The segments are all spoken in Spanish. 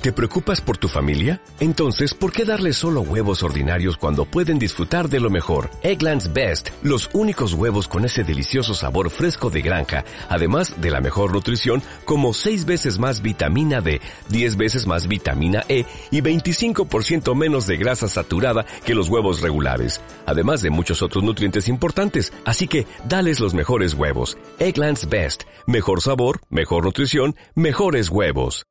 ¿Te preocupas por tu familia? Entonces, ¿por qué darles solo huevos ordinarios cuando pueden disfrutar de lo mejor? Eggland's Best, los únicos huevos con ese delicioso sabor fresco de granja, además de la mejor nutrición, como 6 veces más vitamina D, 10 veces más vitamina E y 25% menos de grasa saturada que los huevos regulares, además de muchos otros nutrientes importantes. Así que, dales los mejores huevos. Eggland's Best, mejor sabor, mejor nutrición, mejores huevos.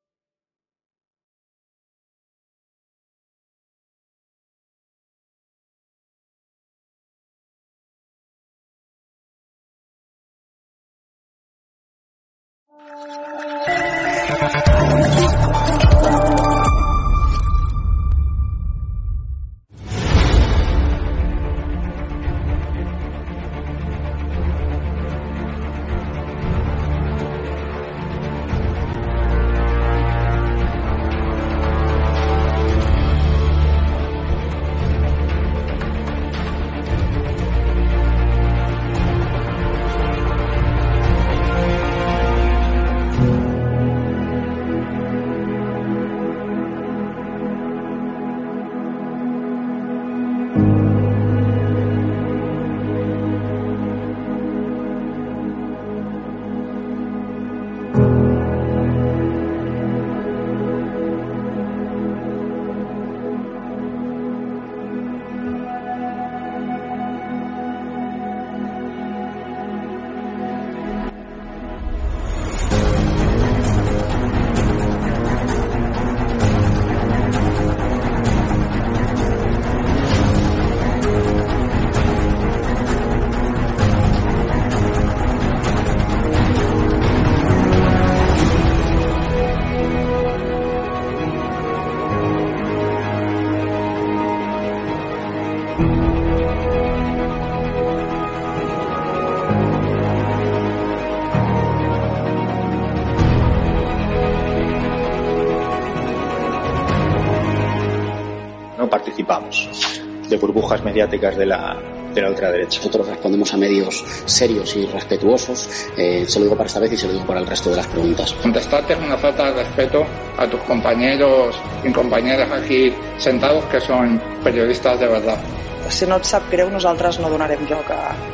No participamos de burbujas mediáticas de la ultraderecha. Nosotros respondemos a medios serios y respetuosos. Se lo digo para esta vez y se lo digo para el resto de las preguntas. Contestarte es una falta de respeto a tus compañeros y compañeras aquí sentados que son periodistas de verdad. Si no et sap greu, nosaltres no donarem joc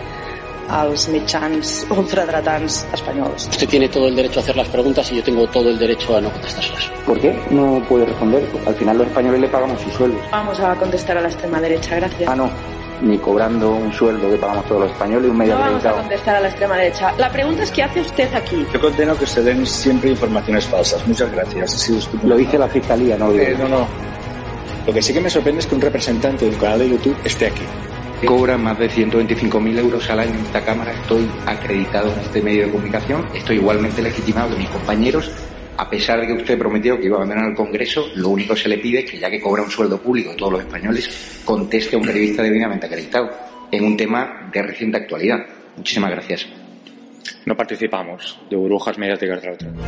als mitjans ultradretans espanyols. Usted tiene todo el derecho a hacer las preguntas y yo tengo todo el derecho a no contestárselas. ¿Por qué no puede responder? Al final los españoles le pagamos sus sueldos. Vamos a contestar a la extrema derecha, gracias. Ah, no, ni cobrando un sueldo que pagamos todos los españoles y un medio acreditado. No vamos a contestar a la extrema derecha. La pregunta es ¿qué hace usted aquí? Yo condeno que se den siempre informaciones falsas. Muchas gracias. Ha sido estupendo. Lo dice la Fiscalía, no lo digo. No. Lo que sí que me sorprende es que un representante de un canal de YouTube esté aquí. Cobra más de 125.000 euros al año en esta Cámara, estoy acreditado en este medio de comunicación, estoy igualmente legitimado que mis compañeros, a pesar de que usted prometió que iba a abandonar el Congreso, lo único que se le pide es que ya que cobra un sueldo público de todos los españoles, conteste a un periodista debidamente acreditado en un tema de reciente actualidad. Muchísimas gracias. No participamos de burbujas mediáticas de la ultraderecha.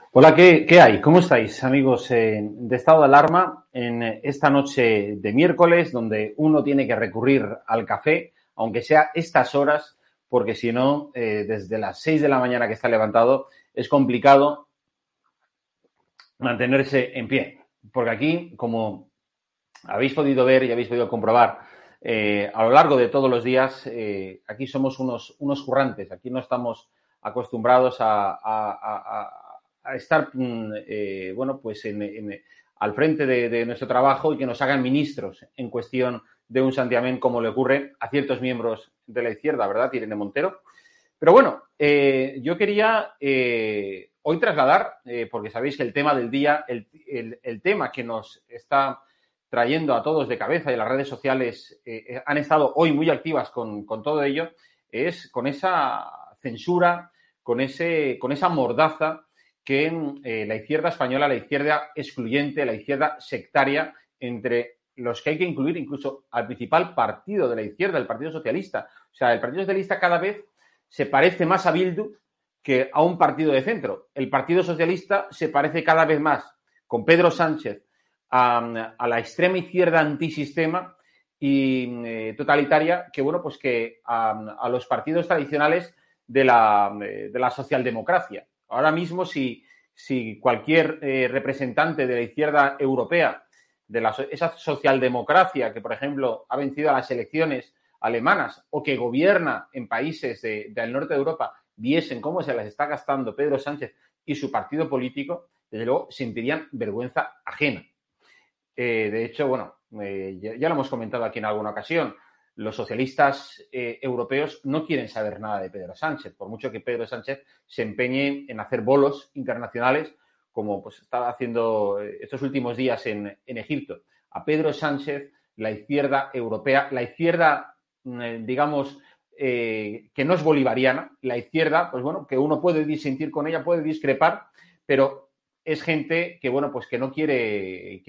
Hola, ¿qué hay? ¿Cómo estáis, amigos de Estado de Alarma en esta noche de miércoles, donde uno tiene que recurrir al café, aunque sea estas horas, porque si no, desde las 6 de la mañana que está levantado, es complicado mantenerse en pie? Porque aquí, como habéis podido ver y habéis podido comprobar a lo largo de todos los días, aquí somos unos currantes. Aquí no estamos acostumbrados a estar, pues al frente de nuestro trabajo y que nos hagan ministros en cuestión de un santiamén, como le ocurre a ciertos miembros de la izquierda, ¿verdad, Irene Montero? Pero bueno, yo quería hoy trasladar, porque sabéis que el tema del día, el tema que nos está trayendo a todos de cabeza y las redes sociales han estado hoy muy activas con todo ello, es con esa censura, con esa mordaza que la izquierda española, la izquierda excluyente, la izquierda sectaria, entre los que hay que incluir incluso al principal partido de la izquierda, el Partido Socialista. O sea, el Partido Socialista cada vez se parece más a Bildu que a un partido de centro. El Partido Socialista se parece cada vez más, con Pedro Sánchez, a la extrema izquierda antisistema y totalitaria que, bueno, pues que a los partidos tradicionales de la socialdemocracia. Ahora mismo, si cualquier representante de la izquierda europea, de esa socialdemocracia que, por ejemplo, ha vencido a las elecciones alemanas o que gobierna en países del norte de Europa, viesen cómo se las está gastando Pedro Sánchez y su partido político, desde luego sentirían vergüenza ajena. De hecho, bueno, ya lo hemos comentado aquí en alguna ocasión, los socialistas europeos no quieren saber nada de Pedro Sánchez, por mucho que Pedro Sánchez se empeñe en hacer bolos internacionales, como pues estaba haciendo estos últimos días en Egipto. A Pedro Sánchez, la izquierda europea, la izquierda, digamos, que no es bolivariana, la izquierda, pues bueno, que uno puede disentir con ella, puede discrepar, pero es gente que, bueno, pues que no quiere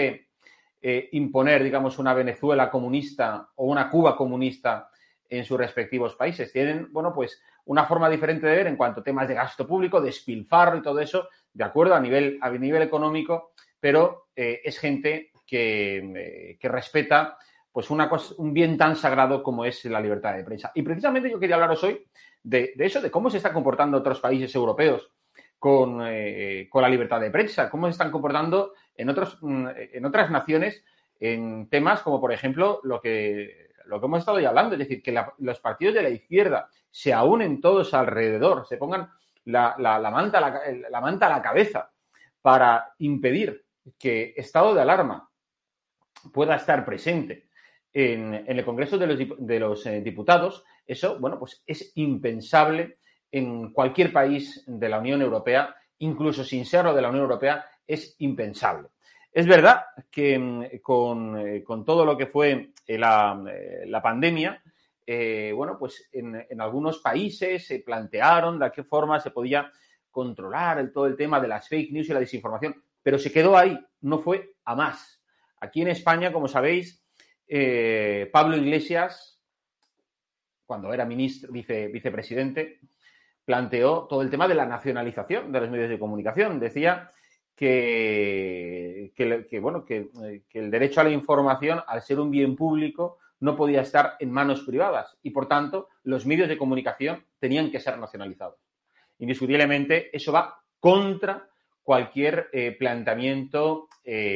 imponer, digamos, una Venezuela comunista o una Cuba comunista en sus respectivos países. Tienen, bueno, pues una forma diferente de ver en cuanto a temas de gasto público, de despilfarro y todo eso, de acuerdo, a nivel económico, pero es gente que respeta pues un bien tan sagrado como es la libertad de prensa. Y precisamente yo quería hablaros hoy de eso, de cómo se están comportando otros países europeos con la libertad de prensa, cómo se están comportando en otras naciones en temas como, por ejemplo, lo que hemos estado ya hablando, es decir, que los partidos de la izquierda se aúnen todos alrededor, se pongan la manta a la cabeza para impedir que estado de alarma pueda estar presente en el Congreso de los Diputados. Eso, bueno, pues es impensable en cualquier país de la Unión Europea, incluso sin serlo de la Unión Europea, es impensable. Es verdad que con todo lo que fue la pandemia, bueno, pues en algunos países se plantearon de qué forma se podía controlar todo el tema de las fake news y la desinformación, pero se quedó ahí, no fue a más. Aquí en España, como sabéis, Pablo Iglesias, cuando era vicepresidente, planteó todo el tema de la nacionalización de los medios de comunicación. Decía que el derecho a la información, al ser un bien público, no podía estar en manos privadas y, por tanto, los medios de comunicación tenían que ser nacionalizados. Indiscutiblemente, eso va contra cualquier planteamiento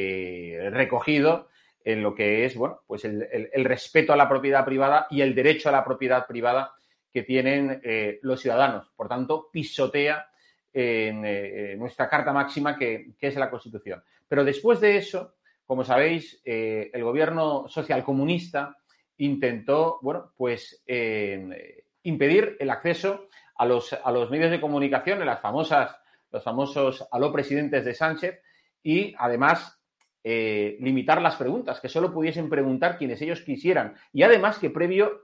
recogido en lo que es, bueno, pues el respeto a la propiedad privada y el derecho a la propiedad privada que tienen los ciudadanos. Por tanto, pisotea nuestra carta máxima que es la Constitución. Pero después de eso, como sabéis, el gobierno socialcomunista intentó, bueno, pues impedir el acceso a los medios de comunicación, los famosos aló presidentes de Sánchez, y además limitar las preguntas, que solo pudiesen preguntar quienes ellos quisieran, y además que previo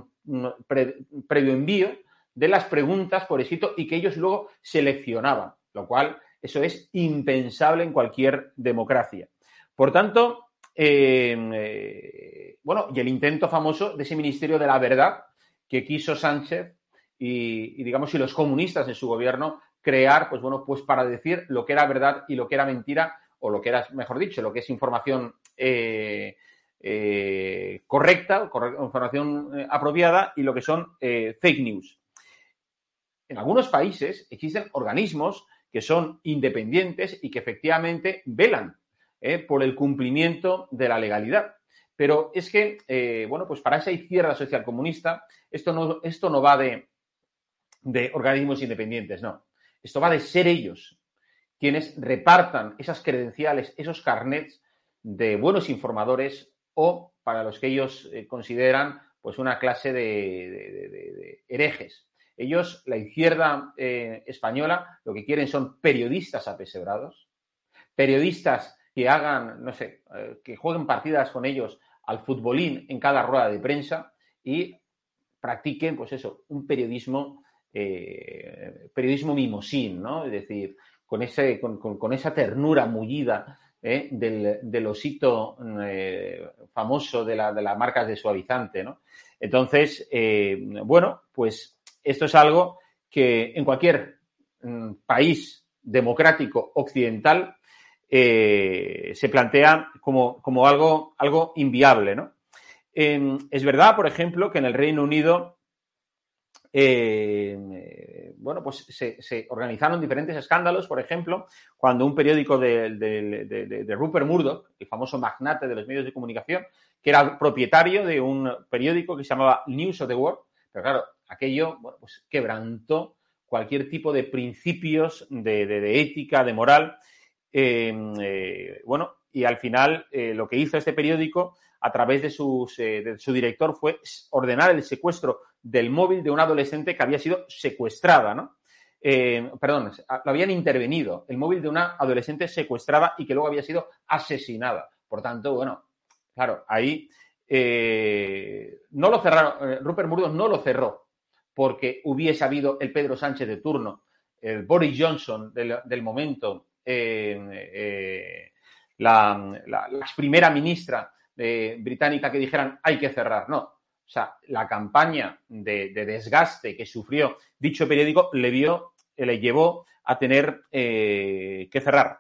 envío de las preguntas por escrito y que ellos luego seleccionaban, lo cual eso es impensable en cualquier democracia. Por tanto, bueno, y el intento famoso de ese Ministerio de la Verdad que quiso Sánchez y digamos, y los comunistas en su gobierno crear, pues bueno, pues para decir lo que era verdad y lo que era mentira, o lo que era, mejor dicho, lo que es información correcta, información apropiada, y lo que son fake news. En algunos países existen organismos que son independientes y que efectivamente velan por el cumplimiento de la legalidad. Pero es que, bueno, pues para esa izquierda social comunista, esto no va de organismos independientes, no. Esto va de ser ellos quienes repartan esas credenciales, esos carnets de buenos informadores, o para los que ellos consideran pues una clase de herejes. Ellos, la izquierda española, lo que quieren son periodistas apesebrados, periodistas que hagan, no sé, que jueguen partidas con ellos al futbolín en cada rueda de prensa y practiquen, pues eso, un periodismo mimosín, ¿no? Es decir, con esa ternura mullida del osito famoso de las marcas de suavizante, ¿no? Entonces, bueno, pues esto es algo que en cualquier país democrático occidental se plantea como algo inviable, ¿no? Es verdad, por ejemplo, que en el Reino Unido bueno, pues se organizaron diferentes escándalos, por ejemplo, cuando un periódico de Rupert Murdoch, el famoso magnate de los medios de comunicación, que era propietario de un periódico que se llamaba News of the World, pero claro, aquello, bueno, pues quebrantó cualquier tipo de principios de ética, de moral, bueno, y al final lo que hizo este periódico a través de su director fue ordenar el secuestro del móvil de una adolescente que había sido secuestrada, ¿no? Perdón, lo habían intervenido, el móvil de una adolescente secuestrada y que luego había sido asesinada. Por tanto, bueno, claro, ahí no lo cerraron, Rupert Murdoch no lo cerró porque hubiese habido el Pedro Sánchez de turno, el Boris Johnson del momento, la ex primera ministra británica que dijeran hay que cerrar. No, o sea, la campaña de desgaste que sufrió dicho periódico le llevó a tener que cerrar.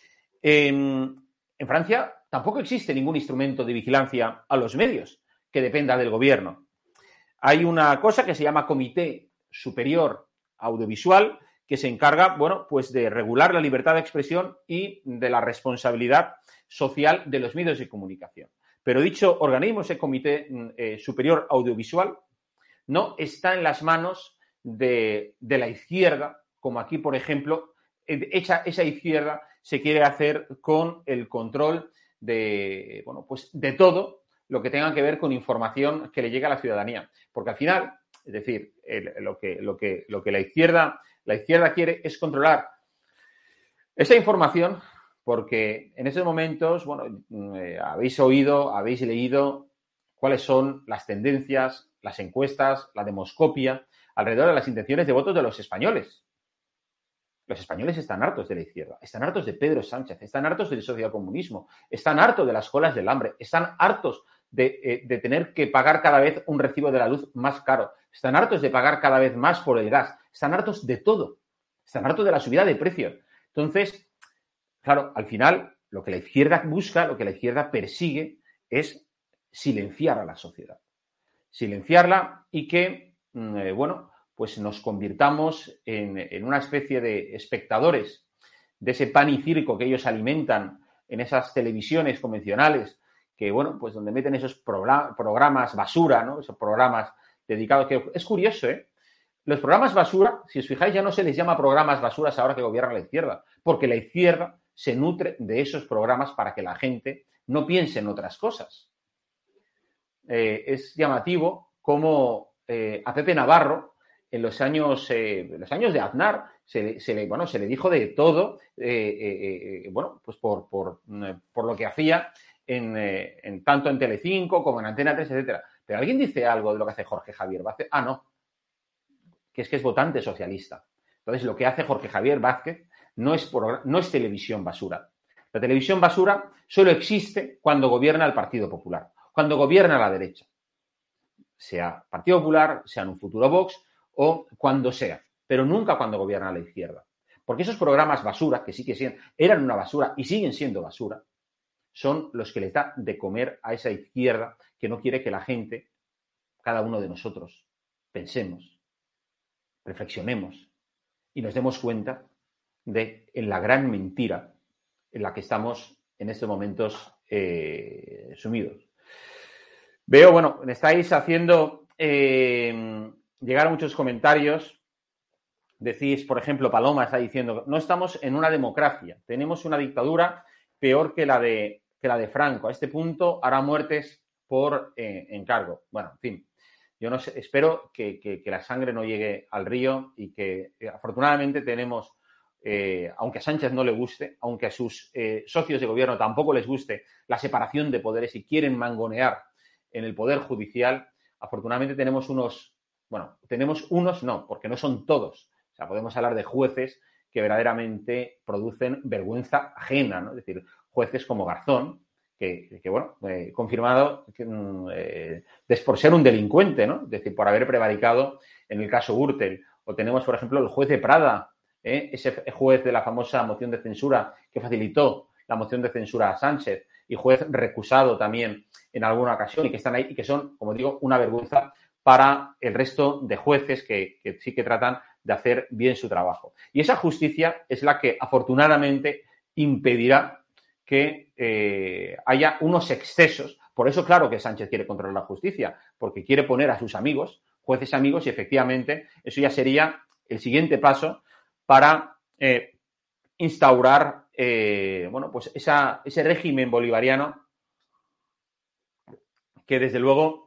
En Francia tampoco existe ningún instrumento de vigilancia a los medios que dependa del gobierno. Hay una cosa que se llama Comité Superior Audiovisual que se encarga, bueno, pues de regular la libertad de expresión y de la responsabilidad social de los medios de comunicación. Pero dicho organismo, ese Comité Superior Audiovisual, no está en las manos de la izquierda, como aquí, por ejemplo, esa izquierda se quiere hacer con el control de, bueno, pues de todo lo que tenga que ver con información que le llegue a la ciudadanía. Porque al final, es decir, lo que la izquierda quiere es controlar esa información, porque en esos momentos, bueno, habéis oído, habéis leído cuáles son las tendencias, las encuestas, la demoscopia alrededor de las intenciones de votos de los españoles. Los españoles están hartos de la izquierda, están hartos de Pedro Sánchez, están hartos del socialcomunismo, están hartos de las colas del hambre, están hartos de tener que pagar cada vez un recibo de la luz más caro, están hartos de pagar cada vez más por el gas, están hartos de todo, están hartos de la subida de precios. Entonces, claro, al final lo que la izquierda busca, lo que la izquierda persigue es silenciar a la sociedad. Silenciarla y que, bueno, pues nos convirtamos en una especie de espectadores de ese pan y circo que ellos alimentan en esas televisiones convencionales, que, bueno, pues donde meten esos programas basura, ¿no? Esos programas dedicados, que es curioso, ¿eh? Los programas basura, si os fijáis, ya no se les llama programas basuras ahora que gobierna la izquierda, porque la izquierda se nutre de esos programas para que la gente no piense en otras cosas. Es llamativo cómo a Pepe Navarro, en los años de Aznar, se le dijo de todo, bueno, pues por lo que hacía tanto en Telecinco como en Antena 3, etcétera. Pero ¿alguien dice algo de lo que hace Jorge Javier Vázquez? Ah, no, que es votante socialista. Entonces, lo que hace Jorge Javier Vázquez no es televisión basura. La televisión basura solo existe cuando gobierna el Partido Popular, cuando gobierna la derecha. Sea Partido Popular, sea en un futuro Vox o cuando sea, pero nunca cuando gobierna la izquierda. Porque esos programas basura, que sí que eran una basura y siguen siendo basura, son los que le da de comer a esa izquierda que no quiere que la gente, cada uno de nosotros, pensemos, reflexionemos y nos demos cuenta de la gran mentira en la que estamos en estos momentos sumidos. Veo, bueno, me estáis haciendo llegar a muchos comentarios. Decís, por ejemplo, Paloma está diciendo, no estamos en una democracia, tenemos una dictadura peor que la de Franco. A este punto hará muertes por encargo. Bueno, en fin, yo no sé, espero que la sangre no llegue al río y que afortunadamente tenemos, aunque a Sánchez no le guste, aunque a sus socios de gobierno tampoco les guste la separación de poderes y quieren mangonear en el poder judicial, afortunadamente tenemos unos, no, porque no son todos. O sea, podemos hablar de jueces que verdaderamente producen vergüenza ajena, ¿no? Es decir, jueces como Garzón, que confirmado por ser un delincuente, ¿no? Es decir, por haber prevaricado en el caso Gürtel. O tenemos, por ejemplo, el juez de Prada, ese juez de la famosa moción de censura que facilitó la moción de censura a Sánchez y juez recusado también en alguna ocasión y que están ahí y que son, como digo, una vergüenza para el resto de jueces que sí que tratan de hacer bien su trabajo. Y esa justicia es la que afortunadamente impedirá que haya unos excesos. Por eso, claro que Sánchez quiere controlar la justicia, porque quiere poner a sus amigos, jueces amigos, y efectivamente eso ya sería el siguiente paso para instaurar ese régimen bolivariano que desde luego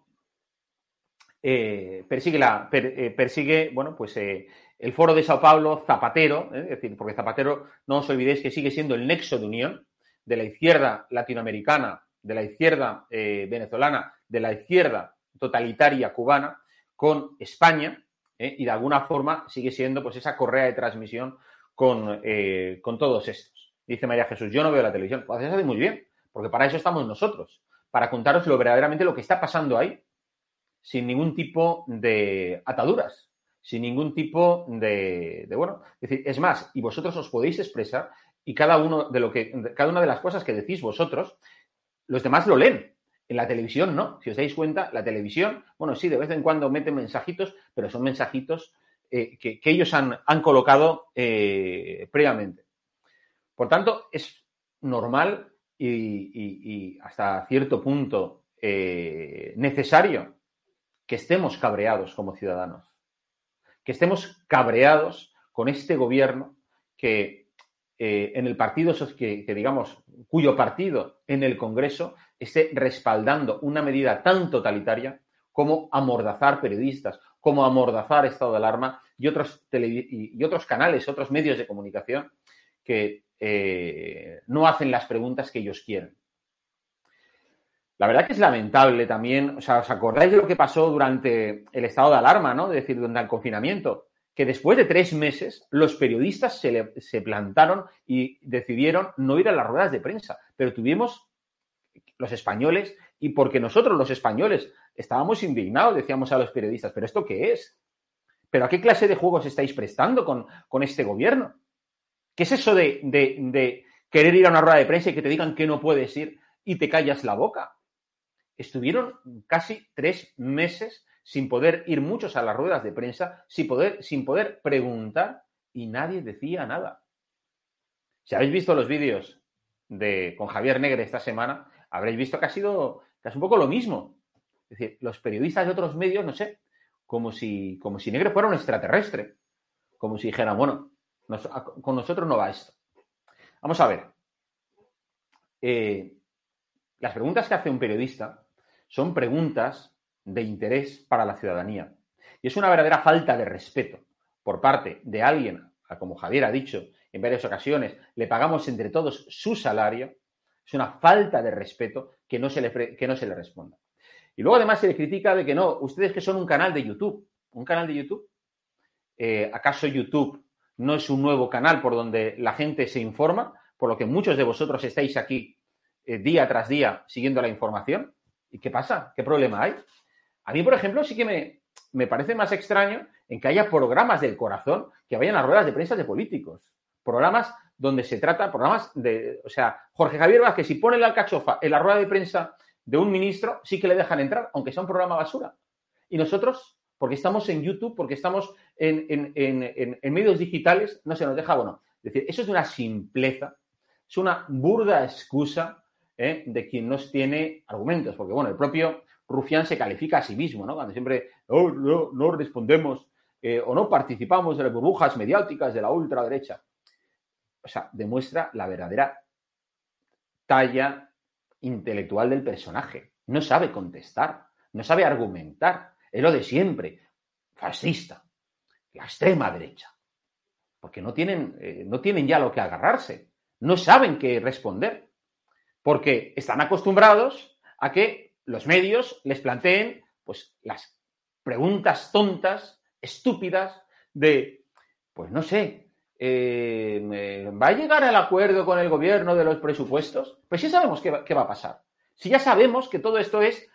persigue el Foro de Sao Paulo, Zapatero, es decir, porque Zapatero, no os olvidéis que sigue siendo el nexo de unión de la izquierda latinoamericana, de la izquierda venezolana, de la izquierda totalitaria cubana con España, y de alguna forma sigue siendo pues esa correa de transmisión con todos estos. Dice María Jesús, yo no veo la televisión. Pues eso hace muy bien, porque para eso estamos nosotros, para contaros verdaderamente lo que está pasando ahí, sin ningún tipo de ataduras, sin ningún tipo es decir, es más, y vosotros os podéis expresar y cada una de las cosas que decís vosotros, los demás lo leen. En la televisión no. Si os dais cuenta, la televisión, sí, de vez en cuando meten mensajitos, pero son mensajitos que ellos han colocado previamente. Por tanto, es normal y hasta cierto punto necesario que estemos cabreados como ciudadanos, que estemos cabreados con este gobierno que en el partido, cuyo partido en el Congreso esté respaldando una medida tan totalitaria como amordazar periodistas, como amordazar estado de alarma y otros canales, otros medios de comunicación que no hacen las preguntas que ellos quieren. La verdad que es lamentable también, ¿os acordáis de lo que pasó durante el estado de alarma, ¿no? Es decir, durante el confinamiento, que después de 3 meses los periodistas se plantaron y decidieron no ir a las ruedas de prensa, pero tuvimos los españoles, y porque nosotros los españoles estábamos indignados, decíamos a los periodistas, ¿pero esto qué es? ¿Pero a qué clase de juegos estáis prestando con este gobierno? ¿Qué es eso de querer ir a una rueda de prensa y que te digan que no puedes ir y te callas la boca? Estuvieron casi 3 meses sin poder ir muchos a las ruedas de prensa, sin poder preguntar, y nadie decía nada. Si habéis visto los vídeos con Javier Negre esta semana, habréis visto que ha sido casi un poco lo mismo. Es decir, los periodistas de otros medios, no sé, como si Negre fuera un extraterrestre. Como si dijeran, con nosotros no va esto. Vamos a ver. Las preguntas que hace un periodista son preguntas de interés para la ciudadanía. Y es una verdadera falta de respeto por parte de alguien, como Javier ha dicho en varias ocasiones, le pagamos entre todos su salario. Es una falta de respeto que no se le responda. Y luego además se le critica de que no, ustedes que son un canal de YouTube. ¿Un canal de YouTube? ¿Acaso YouTube no es un nuevo canal por donde la gente se informa? Por lo que muchos de vosotros estáis aquí día tras día siguiendo la información. ¿Y qué pasa? ¿Qué problema hay? A mí, por ejemplo, sí que me parece más extraño en que haya programas del corazón que vayan a ruedas de prensa de políticos. programas donde se trata, programas de, o sea, Jorge Javier Vázquez, si pone la alcachofa en la rueda de prensa de un ministro, sí que le dejan entrar, aunque sea un programa basura. Y nosotros, porque estamos en YouTube, porque estamos en medios digitales, no se nos deja, bueno, es decir, eso es de una simpleza, es una burda excusa de quien no tiene argumentos, porque, bueno, el propio Rufián se califica a sí mismo, ¿no? Cuando siempre no respondemos o no participamos de las burbujas mediáticas de la ultraderecha. O sea, demuestra la verdadera talla intelectual del personaje. No sabe contestar, no sabe argumentar. Es lo de siempre. Fascista. La extrema derecha. Porque no tienen ya lo que agarrarse. No saben qué responder. Porque están acostumbrados a que los medios les planteen pues las preguntas tontas, estúpidas, de, pues no sé, ¿va a llegar al acuerdo con el gobierno de los presupuestos? Pues sí sabemos qué va a pasar. Si ya sabemos que todo esto es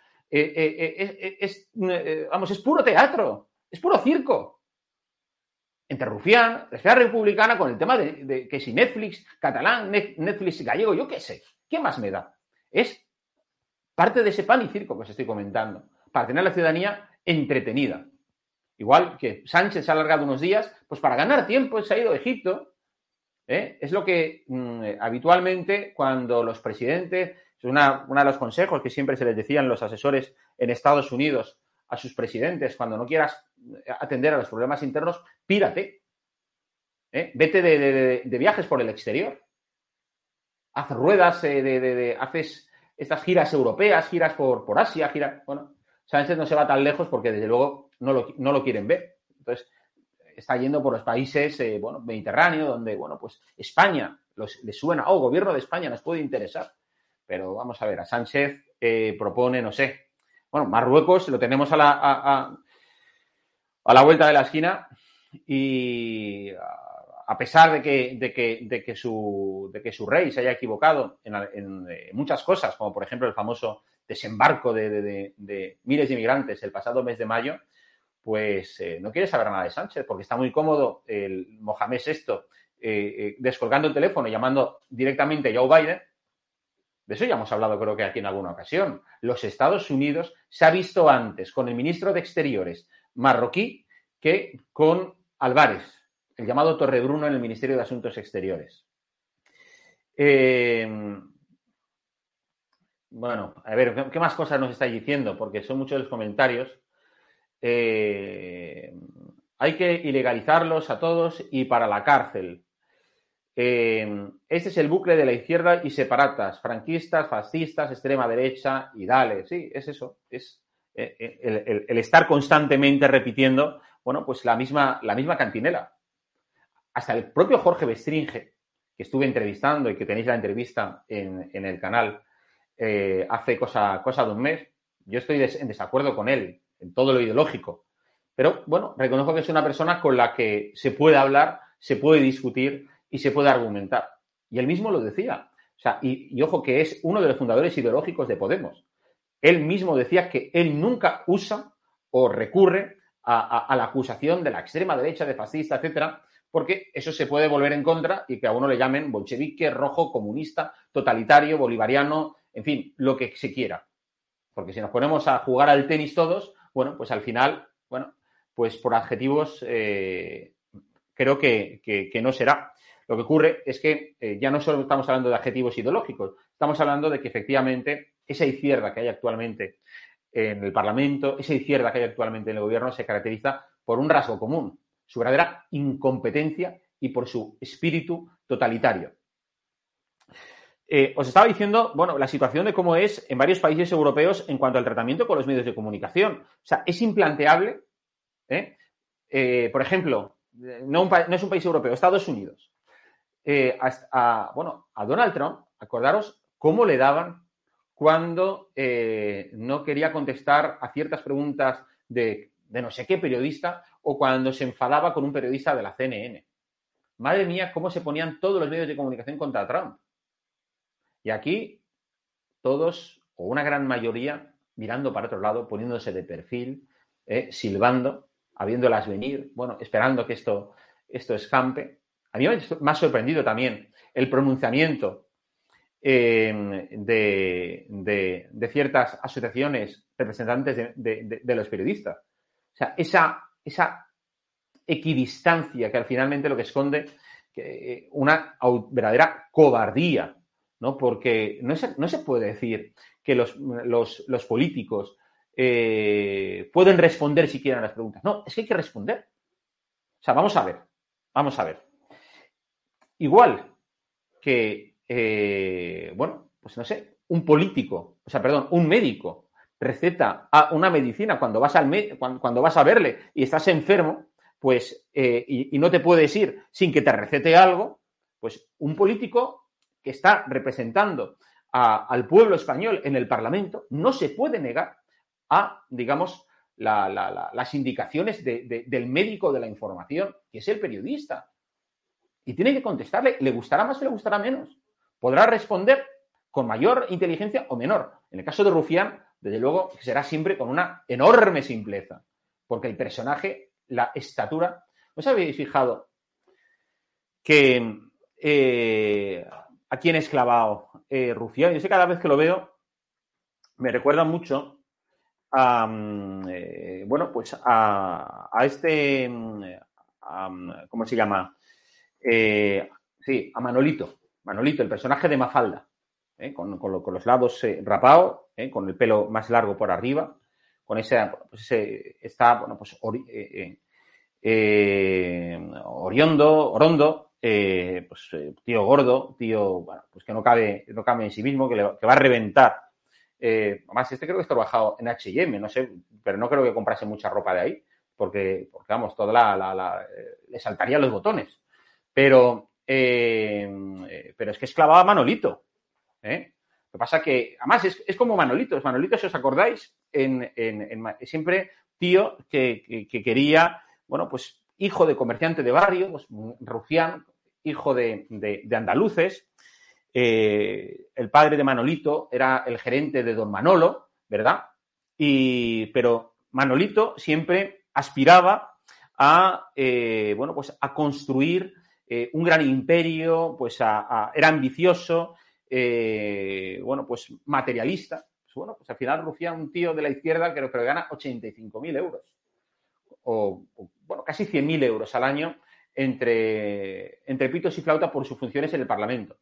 puro teatro, es puro circo. Entre Rufián, la esfera republicana, con el tema de que si Netflix catalán, Netflix gallego, yo qué sé, ¿qué más me da? Es parte de ese pan y circo que os estoy comentando, para tener a la ciudadanía entretenida. Igual que Sánchez se ha alargado unos días, pues para ganar tiempo se ha ido a Egipto. Es lo que habitualmente cuando los presidentes, es uno de los consejos que siempre se les decían los asesores en Estados Unidos a sus presidentes, cuando no quieras atender a los problemas internos, pírate. Vete de viajes por el exterior. Haz ruedas, haces estas giras europeas, giras por Asia, giras... Bueno, Sánchez no se va tan lejos porque desde luego no lo quieren ver. Entonces, está yendo por los países mediterráneos, donde, pues España les suena, gobierno de España nos puede interesar. Pero vamos a ver, a Sánchez propone, no sé, Marruecos lo tenemos a la vuelta de la esquina y a pesar de que su rey se haya equivocado en muchas cosas, como por ejemplo el famoso desembarco de miles de inmigrantes el pasado mes de mayo, pues no quiere saber nada de Sánchez porque está muy cómodo el Mohamed VI descolgando el teléfono y llamando directamente a Joe Biden. De eso ya hemos hablado creo que aquí en alguna ocasión. Los Estados Unidos se ha visto antes con el ministro de Exteriores marroquí que con Álvarez, el llamado Torrebruno en el Ministerio de Asuntos Exteriores. A ver, ¿qué más cosas nos estáis diciendo? Porque son muchos los comentarios. Hay que ilegalizarlos a todos y para la cárcel. Este es el bucle de la izquierda y separatas, franquistas, fascistas, extrema derecha y dale. Sí, es eso. Es el estar constantemente repitiendo, pues la misma cantinela. Hasta el propio Jorge Bestringe, que estuve entrevistando y que tenéis la entrevista en el canal hace cosa de un mes, yo estoy en desacuerdo con él en todo lo ideológico. Pero, reconozco que es una persona con la que se puede hablar, se puede discutir y se puede argumentar. Y él mismo lo decía. O sea, y ojo que es uno de los fundadores ideológicos de Podemos. Él mismo decía que él nunca usa o recurre a la acusación de la extrema derecha, de fascista, etcétera, porque eso se puede volver en contra y que a uno le llamen bolchevique, rojo, comunista, totalitario, bolivariano, en fin, lo que se quiera. Porque si nos ponemos a jugar al tenis todos, pues al final, pues por adjetivos creo que no será. Lo que ocurre es que ya no solo estamos hablando de adjetivos ideológicos, estamos hablando de que efectivamente esa izquierda que hay actualmente en el Parlamento, esa izquierda que hay actualmente en el gobierno se caracteriza por un rasgo común, su verdadera incompetencia y por su espíritu totalitario. Os estaba diciendo, la situación de cómo es en varios países europeos en cuanto al tratamiento con los medios de comunicación. O sea, es implanteable, por ejemplo, no es un país europeo, Estados Unidos. A Donald Trump, acordaros cómo le daban cuando no quería contestar a ciertas preguntas de no sé qué periodista o cuando se enfadaba con un periodista de la CNN. Madre mía, cómo se ponían todos los medios de comunicación contra Trump. Y aquí todos, o una gran mayoría, mirando para otro lado, poniéndose de perfil, silbando, habiéndolas venir, esperando que esto escampe. A mí me ha sorprendido también el pronunciamiento de ciertas asociaciones representantes de los periodistas. O sea, esa equidistancia que finalmente lo que esconde una verdadera cobardía, ¿no? Porque no se puede decir que los políticos pueden responder si quieren a las preguntas. No, es que hay que responder. O sea, vamos a ver. Igual que, un médico receta una medicina cuando vas cuando vas a verle y estás enfermo, pues, y no te puedes ir sin que te recete algo, pues un político que está representando al pueblo español en el Parlamento no se puede negar a, digamos, las indicaciones del médico de la información, que es el periodista. Y tiene que contestarle, le gustará más o le gustará menos. Podrá responder con mayor inteligencia o menor. En el caso de Rufián, desde luego, será siempre con una enorme simpleza. Porque el personaje, la estatura... ¿No os habéis fijado que a quién es clavado Rufián? Yo sé que cada vez que lo veo me recuerda mucho a ¿cómo se llama? A Manolito, el personaje de Mafalda, con los lados rapados, con el pelo más largo por arriba, con Orondo, tío gordo, que no cabe en sí mismo, que va a reventar. Además, creo que está trabajado en H&M, no sé, pero no creo que comprase mucha ropa de ahí, porque vamos, le saltarían los botones. Pero es que es clavado a Manolito. Lo que pasa que, además, es como Manolito. Manolito, si os acordáis, siempre tío que quería, hijo de comerciante de barrio, Rufián, hijo de andaluces. El padre de Manolito era el gerente de don Manolo, ¿verdad? Pero Manolito siempre aspiraba a construir un gran imperio, era ambicioso, materialista. Al final Rufián, un tío de la izquierda, creo que gana 85.000 euros. O casi 100.000 euros al año entre pitos y flauta por sus funciones en el Parlamento.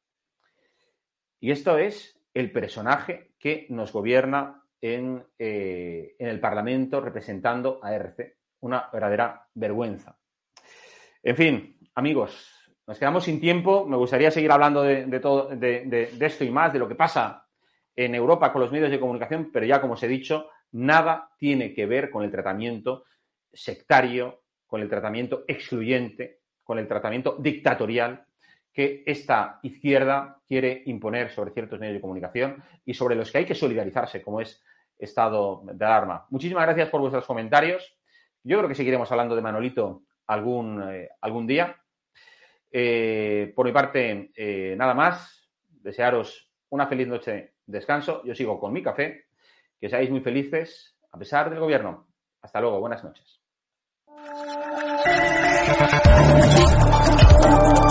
Y esto es el personaje que nos gobierna en el Parlamento representando a RC. Una verdadera vergüenza. En fin, amigos, nos quedamos sin tiempo. Me gustaría seguir hablando de todo, de esto y más, de lo que pasa en Europa con los medios de comunicación, pero ya, como os he dicho, nada tiene que ver con el tratamiento sectario, con el tratamiento excluyente, con el tratamiento dictatorial que esta izquierda quiere imponer sobre ciertos medios de comunicación y sobre los que hay que solidarizarse, como es estado de alarma. Muchísimas gracias por vuestros comentarios. Yo creo que seguiremos hablando de Manolito algún día. Por mi parte, nada más. Desearos una feliz noche de descanso. Yo sigo con mi café. Que seáis muy felices a pesar del gobierno. Hasta luego. Buenas noches.